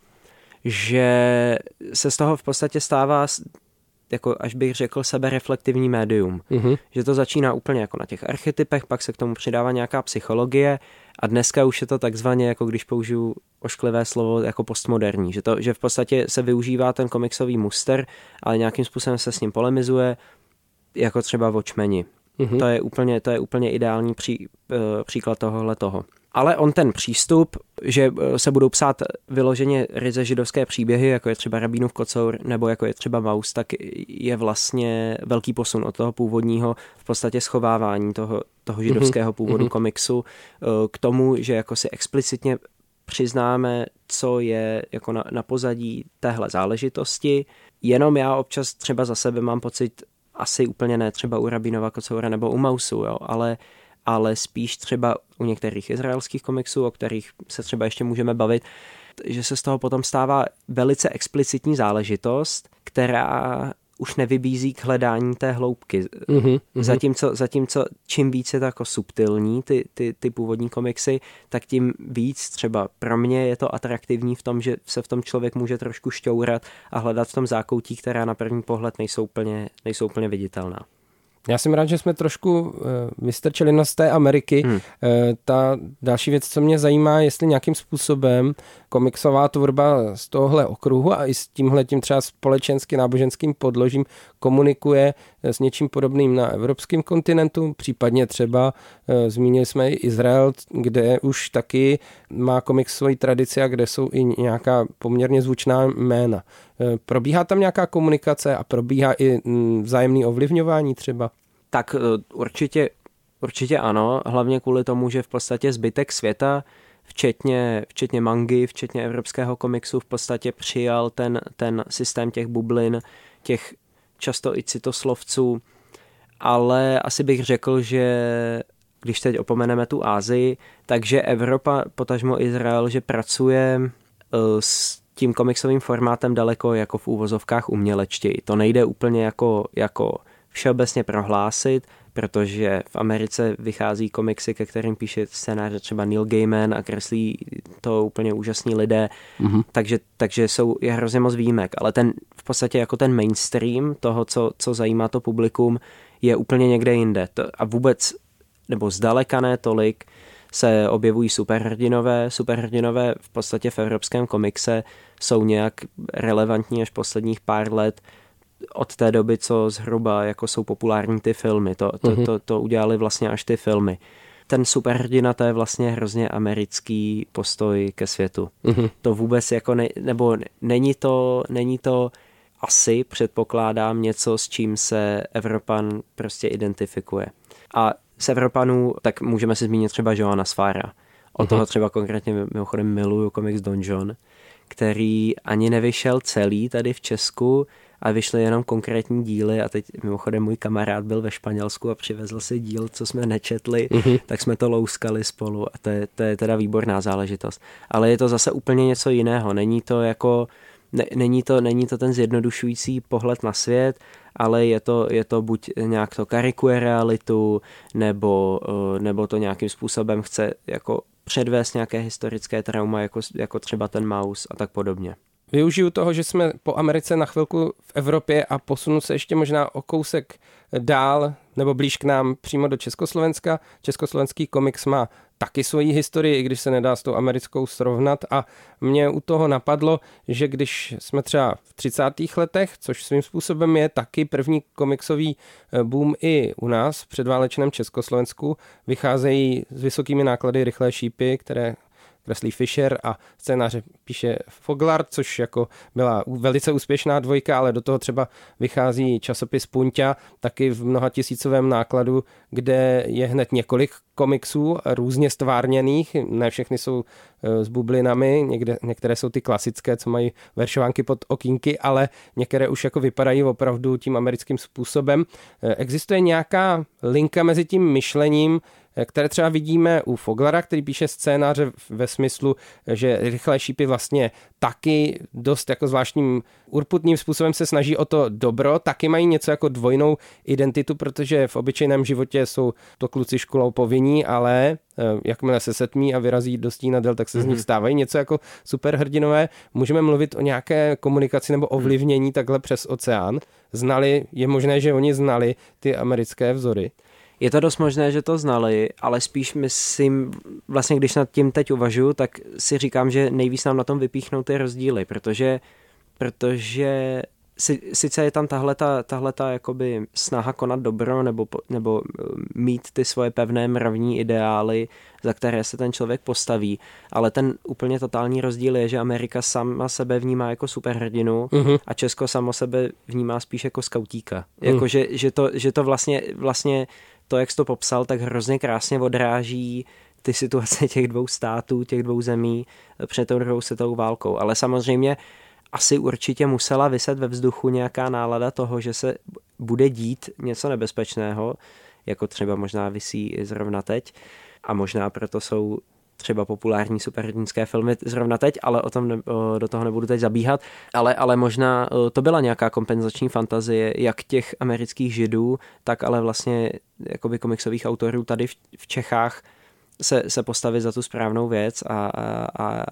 že se z toho v podstatě stává, jako až bych řekl, sebereflektivní médium. Mm-hmm. Že to začíná úplně jako na těch archetypech, pak se k tomu přidává nějaká psychologie a dneska už je to takzvaně, jako když použiju ošklivé slovo, jako postmoderní. Že, to, že v podstatě se využívá ten komiksový muster, ale nějakým způsobem se s ním polemizuje, jako třeba Watchmeni. Mm-hmm. To je úplně, to je úplně ideální pří, příklad tohohle toho. Ale on ten přístup, že se budou psát vyloženě ryze židovské příběhy, jako je třeba Rabínův kocour, nebo jako je třeba Maus, tak je vlastně velký posun od toho původního v podstatě schovávání toho, toho židovského původu mm-hmm. komiksu k tomu, že jako si explicitně přiznáme, co je jako na, na pozadí téhle záležitosti. Jenom já občas třeba za sebe mám pocit, asi úplně ne třeba u Rabínova kocoura nebo u Mausu, jo, ale ale spíš třeba u některých izraelských komiksů, o kterých se třeba ještě můžeme bavit, že se z toho potom stává velice explicitní záležitost, která už nevybízí k hledání té hloubky. Mm-hmm. Zatímco, zatímco čím víc je to jako subtilní, ty, ty, ty původní komiksy, tak tím víc třeba pro mě je to atraktivní v tom, že se v tom člověk může trošku šťourat a hledat v tom zákoutí, která na první pohled nejsou úplně, nejsou úplně viditelná. Já jsem rád, že jsme trošku uh, vystrčili nos z té Ameriky. Hmm. Uh, ta další věc, co mě zajímá, jestli nějakým způsobem komiksová tvorba z tohohle okruhu a i s tímhletím třeba společensky náboženským podložím komunikuje s něčím podobným na evropském kontinentu, případně třeba uh, zmínili jsme i Izrael, kde už taky má komiks svoji tradici a kde jsou i nějaká poměrně zvučná jména. Uh, probíhá tam nějaká komunikace a probíhá i mm, vzájemné ovlivňování třeba? Tak určitě, určitě ano, hlavně kvůli tomu, že v podstatě zbytek světa, včetně, včetně mangy, včetně evropského komiksu, v podstatě přijal ten, ten systém těch bublin, těch často i citoslovců, ale asi bych řekl, že když teď opomeneme tu Asii, takže Evropa, potažmo Izrael, že pracuje s tím komiksovým formátem daleko jako v úvozovkách umělečtěji. To nejde úplně jako, jako všeobecně prohlásit, protože v Americe vychází komiksy, ke kterým píše scénáře třeba Neil Gaiman a kreslí to úplně úžasní lidé, mm-hmm. takže, takže jsou, je hrozně moc výjimek, ale ten v podstatě jako ten mainstream toho, co, co zajímá to publikum, je úplně někde jinde. To, a vůbec, nebo zdaleka ne tolik, se objevují superhrdinové. Superhrdinové v podstatě v evropském komikse jsou nějak relevantní až posledních pár let od té doby, co zhruba jako jsou populární ty filmy. To, to, mm-hmm. to, to udělali vlastně až ty filmy. Ten superhrdina, to je vlastně hrozně americký postoj ke světu. Mm-hmm. To vůbec jako ne, nebo není to, není to asi, předpokládám, něco, s čím se Evropan prostě identifikuje. A z Evropanů, tak můžeme si zmínit třeba Joana Sfára. O uh-huh. toho třeba konkrétně mimochodem miluju komiks Donjon, který ani nevyšel celý tady v Česku a vyšly jenom konkrétní díly a teď mimochodem můj kamarád byl ve Španělsku a přivezl si díl, co jsme nečetli, uh-huh. tak jsme to louskali spolu a to je, to je teda výborná záležitost. Ale je to zase úplně něco jiného. Není to jako Ne, není, to, není to ten zjednodušující pohled na svět, ale je to, je to buď nějak to karikuje realitu, nebo, nebo to nějakým způsobem chce jako předvést nějaké historické trauma, jako, jako třeba ten Maus a tak podobně. Využiju toho, že jsme po Americe na chvilku v Evropě a posunu se ještě možná o kousek dál nebo blíž k nám přímo do Československa. Československý komiks má taky svoji historii, i když se nedá s tou americkou srovnat a mě u toho napadlo, že když jsme třeba v třicátých letech, což svým způsobem je taky první komiksový boom i u nás v předválečném Československu, vycházejí s vysokými náklady Rychlé šípy, které kreslí Fischer a scénáře píše Foglard, což jako byla velice úspěšná dvojka, ale do toho třeba vychází časopis Punťa, taky v mnoha tisícovém nákladu, kde je hned několik komiksů různě stvárněných, ne všechny jsou s bublinami, někde, některé jsou ty klasické, co mají veršovánky pod okýnky, ale některé už jako vypadají opravdu tím americkým způsobem. Existuje nějaká linka mezi tím myšlením, které třeba vidíme u Foglara, který píše scénáře ve smyslu, že Rychlé šípy vlastně taky dost jako zvláštním urputným způsobem se snaží o to dobro, taky mají něco jako dvojnou identitu, protože v obyčejném životě jsou to kluci školou povinní, ale jakmile se setmí a vyrazí do stínadel, tak se z nich stávají něco jako superhrdinové. Můžeme mluvit o nějaké komunikaci nebo ovlivnění takhle přes oceán. Znali, je možné, že oni znali ty americké vzory. Je to dost možné, že to znali, ale spíš myslím, vlastně když nad tím teď uvažuji, tak si říkám, že nejvíc nám na tom vypíchnou ty rozdíly, protože, protože si, sice je tam tahleta, tahleta jakoby snaha konat dobro nebo, nebo mít ty svoje pevné mravní ideály, za které se ten člověk postaví, ale ten úplně totální rozdíl je, že Amerika sama sebe vnímá jako superhrdinu uh-huh. a Česko samo sebe vnímá spíš jako skautíka. Uh-huh. Jako, že, že, to, že to vlastně, vlastně to, jak jsi to popsal, tak hrozně krásně odráží ty situace těch dvou států, těch dvou zemí před tou druhou světovou válkou. Ale samozřejmě asi určitě musela viset ve vzduchu nějaká nálada toho, že se bude dít něco nebezpečného, jako třeba možná visí i zrovna teď. A možná proto jsou třeba populární superhrdinské filmy zrovna teď, ale o tom ne, o, do toho nebudu teď zabíhat. Ale, ale možná o, to byla nějaká kompenzační fantazie jak těch amerických židů, tak ale vlastně jakoby komiksových autorů tady v, v Čechách se, se postavit za tu správnou věc a, a, a,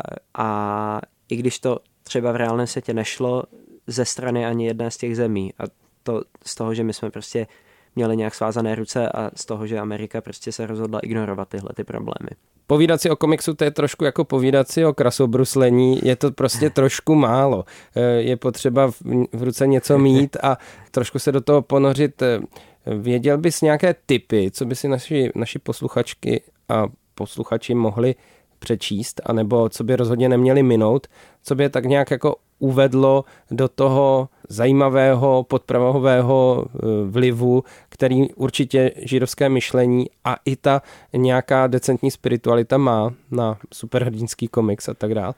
a i když to třeba v reálném světě nešlo ze strany ani jedné z těch zemí a to z toho, že my jsme prostě měli nějak svázané ruce a z toho, že Amerika prostě se rozhodla ignorovat tyhle ty problémy. Povídat si o komiksu, to je trošku jako povídat si o krasobruslení, je to prostě trošku málo. Je potřeba v ruce něco mít a trošku se do toho ponořit. Věděl bys nějaké tipy, co by si naši, naši posluchačky a posluchači mohli přečíst, anebo co by rozhodně neměli minout, co by je tak nějak jako uvedlo do toho zajímavého podprahového vlivu, který určitě židovské myšlení a i ta nějaká decentní spiritualita má na superhrdinský komiks a tak dále.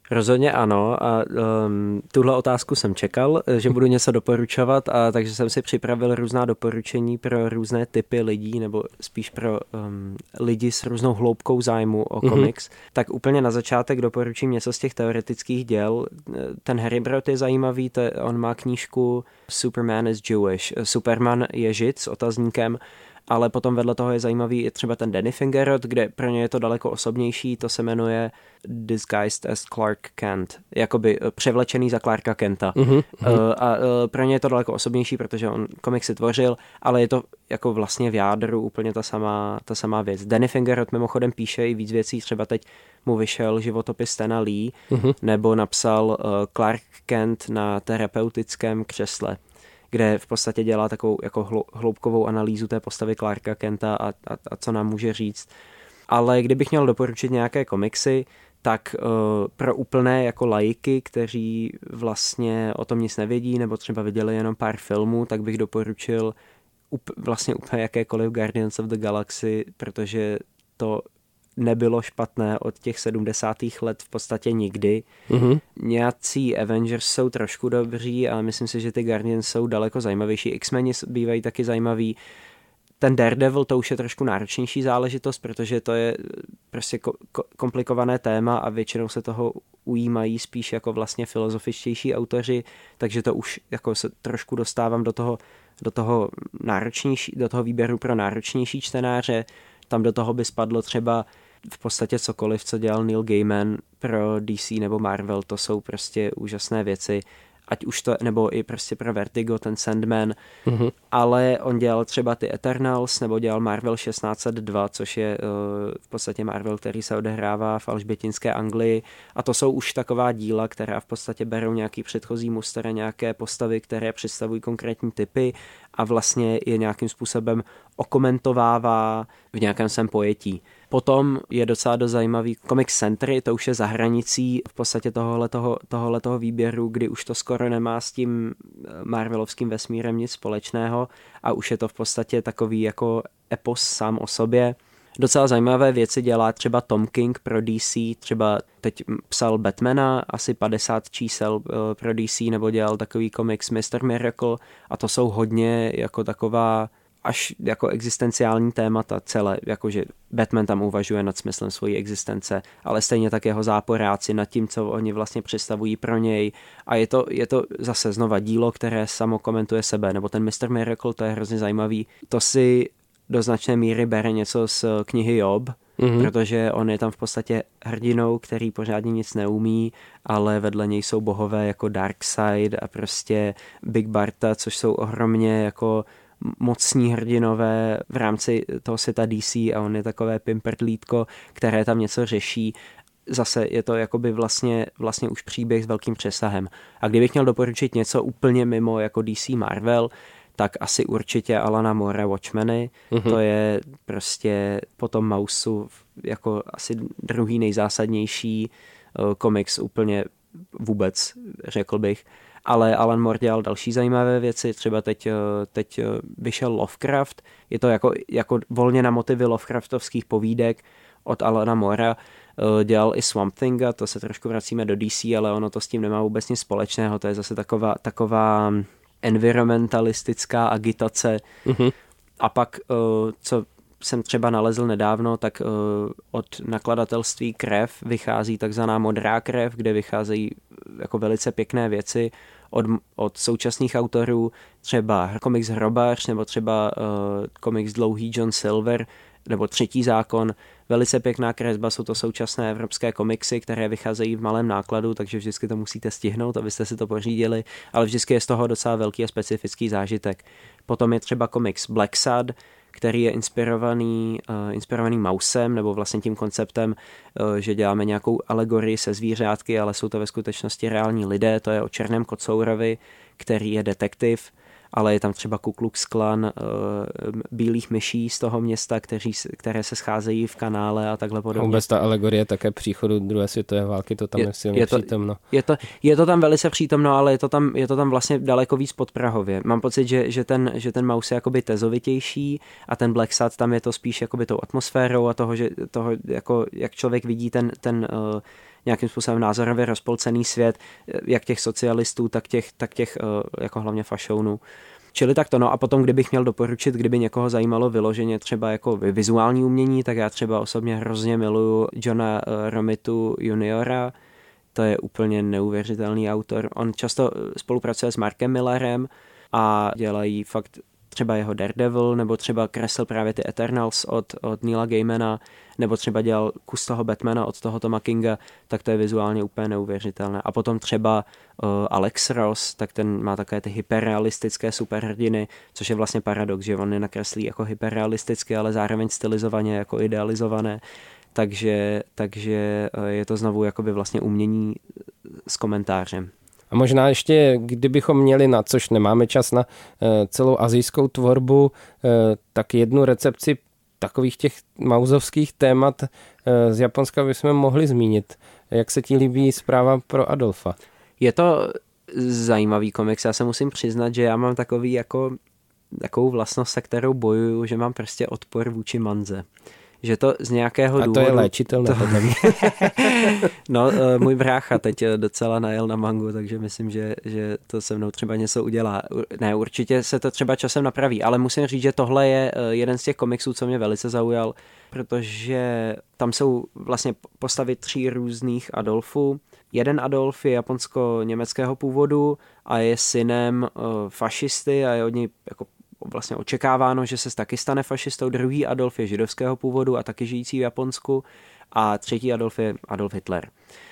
Rozhodně ano a um, tuhle otázku jsem čekal, že budu něco doporučovat, a takže jsem si připravil různá doporučení pro různé typy lidí, nebo spíš pro um, lidi s různou hloubkou zájmu o komiks. Mm-hmm. Tak úplně na začátek doporučím něco z těch teoretických děl. Ten Harry Brod je zajímavý, to, on má knížku Superman is Jewish. Superman je žid s otazníkem, ale potom vedle toho je zajímavý i třeba ten Danny Fingerrod, kde pro ně je to daleko osobnější, to se jmenuje Disguised as Clark Kent, jakoby převlečený za Clarka Kenta. Uh-huh, uh-huh. A pro ně je to daleko osobnější, protože on komiksy tvořil, ale je to jako vlastně v jádru úplně ta samá, ta samá věc. Danny Fingerrod mimochodem píše i víc věcí, třeba teď mu vyšel životopis Stana Lee, uh-huh. nebo napsal uh, Clark Kent na terapeutickém křesle, kde v podstatě dělá takovou jako hloubkovou analýzu té postavy Clarka Kenta a, a, a co nám může říct. Ale kdybych měl doporučit nějaké komiksy, tak uh, pro úplné jako laiky, kteří vlastně o tom nic nevědí nebo třeba viděli jenom pár filmů, tak bych doporučil up, vlastně úplně jakékoliv Guardians of the Galaxy, protože to nebylo špatné od těch sedmdesátých let v podstatě nikdy. Mm-hmm. Nějací Avengers jsou trošku dobří, ale myslím si, že ty Guardians jsou daleko zajímavější. X-meni bývají taky zajímaví. Ten Daredevil, to už je trošku náročnější záležitost, protože to je prostě ko- ko- komplikované téma a většinou se toho ujímají spíš jako vlastně filozofičtější autoři, takže to už jako se trošku dostávám do toho, do toho náročnější, do toho výběru pro náročnější čtenáře. Tam do toho by spadlo třeba v podstatě cokoliv, co dělal Neil Gaiman pro D C nebo Marvel, to jsou prostě úžasné věci, ať už to, nebo i prostě pro Vertigo, ten Sandman, mm-hmm. ale on dělal třeba ty Eternals, nebo dělal Marvel šestnáct set dva, což je uh, v podstatě Marvel, který se odehrává v alžbětinské Anglii, a to jsou už taková díla, která v podstatě berou nějaký předchozí muster, nějaké postavy, které představují konkrétní typy a vlastně je nějakým způsobem okomentovává v nějakém svém pojetí. Potom je docela dost zajímavý Comics Century, to už je za hranicí v podstatě tohohletoho, tohohletoho výběru, kdy už to skoro nemá s tím Marvelovským vesmírem nic společného a už je to v podstatě takový jako epos sám o sobě. Docela zajímavé věci dělá třeba Tom King pro D C, třeba teď psal Batmana, asi padesát čísel pro D C, nebo dělal takový komiks mister Miracle, a to jsou hodně jako taková až jako existenciální témata celé, jakože Batman tam uvažuje nad smyslem svojí existence, ale stejně tak jeho záporáci nad tím, co oni vlastně představují pro něj, a je to, je to zase znova dílo, které samo komentuje sebe, nebo ten mister Miracle, to je hrozně zajímavý, to si do značné míry bere něco z knihy Job, mm-hmm. protože on je tam v podstatě hrdinou, který pořádně nic neumí, ale vedle něj jsou bohové jako Darkseid a prostě Big Barda, což jsou ohromně jako mocní hrdinové v rámci toho světa D C, a on je takové pimprdlítko, které tam něco řeší. Zase je to jakoby vlastně, vlastně už příběh s velkým přesahem. A kdybych měl doporučit něco úplně mimo jako D C Marvel, tak asi určitě Alana Moore Watchmeny. Mm-hmm. To je prostě po tom Mausu jako asi druhý nejzásadnější uh, komiks úplně vůbec, řekl bych. Ale Alan Moore dělal další zajímavé věci, třeba teď, teď vyšel Lovecraft, je to jako, jako volně na motivy Lovecraftovských povídek od Alana Moora, dělal i Swamp Thinga, to se trošku vracíme do D C, ale ono to s tím nemá vůbec nic společného, to je zase taková, taková environmentalistická agitace. Mm-hmm. A pak, co jsem třeba nalezl nedávno, tak od nakladatelství Krev vychází takzvaná Modrá krev, kde vycházejí jako velice pěkné věci od, od současných autorů, třeba komiks Hrobař, nebo třeba uh, komiks Dlouhý John Silver, nebo Třetí zákon. Velice pěkná kresba, jsou to současné evropské komiksy, které vycházejí v malém nákladu, takže vždycky to musíte stihnout, abyste si to pořídili, ale vždycky je z toho docela velký a specifický zážitek. Potom je třeba komiks Black Sad, který je inspirovaný, uh, inspirovaný Mausem, nebo vlastně tím konceptem, uh, že děláme nějakou alegorii se zvířátky, ale jsou to ve skutečnosti reální lidé. To je o černém kocourovi, který je detektiv, ale je tam třeba Ku Klux Klan, uh, bílých myší z toho města, kteří, které se scházejí v kanále a takhle podobně. Vůbec ta alegorie také příchodu druhé světové války, to tam je, je silně je to, přítomno. Je to, je to tam velice přítomno, ale je to tam, je to tam vlastně daleko víc podprahově. Mám pocit, že, že, ten, že ten Maus je jakoby tezovitější a ten Black Sad tam je to spíš jakoby tou atmosférou a toho, že toho, jako, jak člověk vidí ten, ten uh, nějakým způsobem názorově rozpolcený svět, jak těch socialistů, tak těch, tak těch jako hlavně fašounů. Čili tak to, no a potom, kdybych měl doporučit, kdyby někoho zajímalo vyloženě třeba jako vizuální umění, tak já třeba osobně hrozně miluju Johna Romitu juniora, to je úplně neuvěřitelný autor. On často spolupracuje s Markem Millerem a dělají fakt třeba jeho Daredevil, nebo třeba kresl právě ty Eternals od, od Neila Gaimana, nebo třeba dělal kus toho Batmana od toho Toma Kinga, tak to je vizuálně úplně neuvěřitelné. A potom třeba uh, Alex Ross, tak ten má také ty hyperrealistické superhrdiny, což je vlastně paradox, že on je nakreslí jako hyperrealisticky, ale zároveň stylizovaně jako idealizované. Takže, takže je to znovu jakoby vlastně umění s komentářem. A možná ještě, kdybychom měli, na což nemáme čas, na celou asijskou tvorbu, tak jednu recepci takových těch mauzovských témat z Japonska bychom mohli zmínit. Jak se ti líbí Zpráva pro Adolfa? Je to zajímavý komiks. Já se musím přiznat, že já mám takový jako, takovou vlastnost, se kterou bojuju, že mám prostě odpor vůči manze. Že to z nějakého důvodu... A to je léčitelné. To... No, můj brácha teď docela najel na mangu, takže myslím, že, že to se mnou třeba něco udělá. Ne, určitě se to třeba časem napraví, ale musím říct, že tohle je jeden z těch komiksů, co mě velice zaujal, protože tam jsou vlastně postavy tří různých Adolfů. Jeden Adolf je japonsko-německého původu a je synem fašisty a je od něj jako vlastně očekáváno, že se taky stane fašistou. Druhý Adolf je židovského původu a taky žijící v Japonsku a třetí Adolf je Adolf Hitler.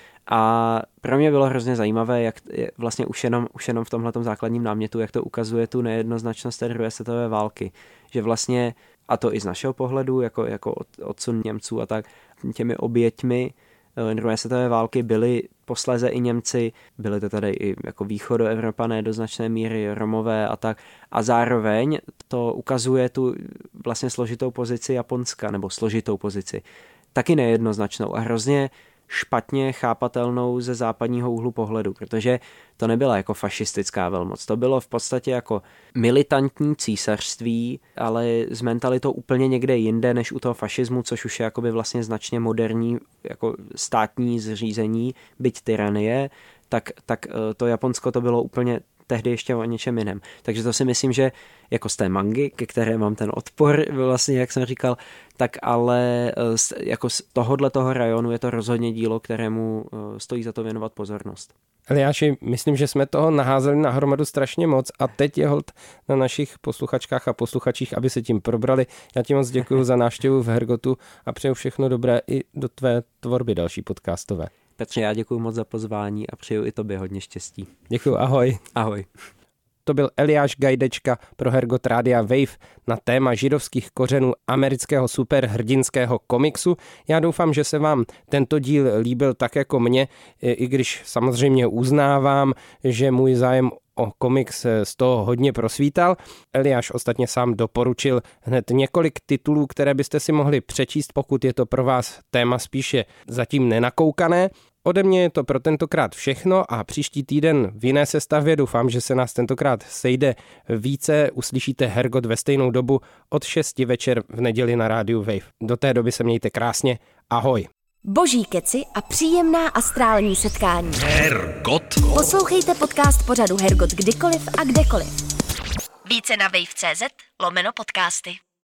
A pro mě bylo hrozně zajímavé, jak vlastně už jenom, už jenom v tomhletom základním námětu, jak to ukazuje tu nejednoznačnost té druhé světové války. Že vlastně, a to i z našeho pohledu, jako, jako odsun Němců a tak, těmi oběťmi druhé světové války byli posléze i Němci, byli to tady i jako východoevropané do značné míry, Romové a tak. A zároveň to ukazuje tu vlastně složitou pozici Japonska, nebo složitou pozici. Taky nejednoznačnou a hrozně špatně chápatelnou ze západního úhlu pohledu, protože to nebyla jako fašistická velmoc, to bylo v podstatě jako militantní císařství, ale s mentalitou úplně někde jinde než u toho fašismu, což už je jakoby vlastně značně moderní jako státní zřízení, byť tyranie, tak, tak to Japonsko to bylo úplně tehdy ještě o něčem jiném. Takže to si myslím, že jako z té mangy, ke které mám ten odpor, vlastně, jak jsem říkal, tak ale z, jako z tohohle toho rajonu je to rozhodně dílo, kterému stojí za to věnovat pozornost. Eliáši, myslím, že jsme toho naházeli na hromadu strašně moc a teď je holt na našich posluchačkách a posluchačích, aby se tím probrali. Já ti moc děkuji za návštěvu v Hergotu a přeju všechno dobré i do tvé tvorby další podcastové. Petře, já děkuji moc za pozvání a přeju i tobě hodně štěstí. Děkuji, ahoj. Ahoj. To byl Eliáš Gajdečka pro Hergot Rádia Wave na téma židovských kořenů amerického superhrdinského komiksu. Já doufám, že se vám tento díl líbil tak jako mě, i když samozřejmě uznávám, že můj zájem o komiks z toho hodně prosvítal. Eliáš ostatně sám doporučil hned několik titulů, které byste si mohli přečíst, pokud je to pro vás téma spíše zatím nenakoukané. Ode mě je to pro tentokrát všechno a příští týden v jiné sestavě doufám, že se nás tentokrát sejde více. Uslyšíte Hergot ve stejnou dobu od šesti večer v neděli na rádiu Wave. Do té doby se mějte krásně. Ahoj. Boží keci a příjemná astrální setkání. Hergot. Poslouchejte podcast pořadu Hergot kdykoliv a kdekoliv. Více na wave tečka cz lomeno podcasty.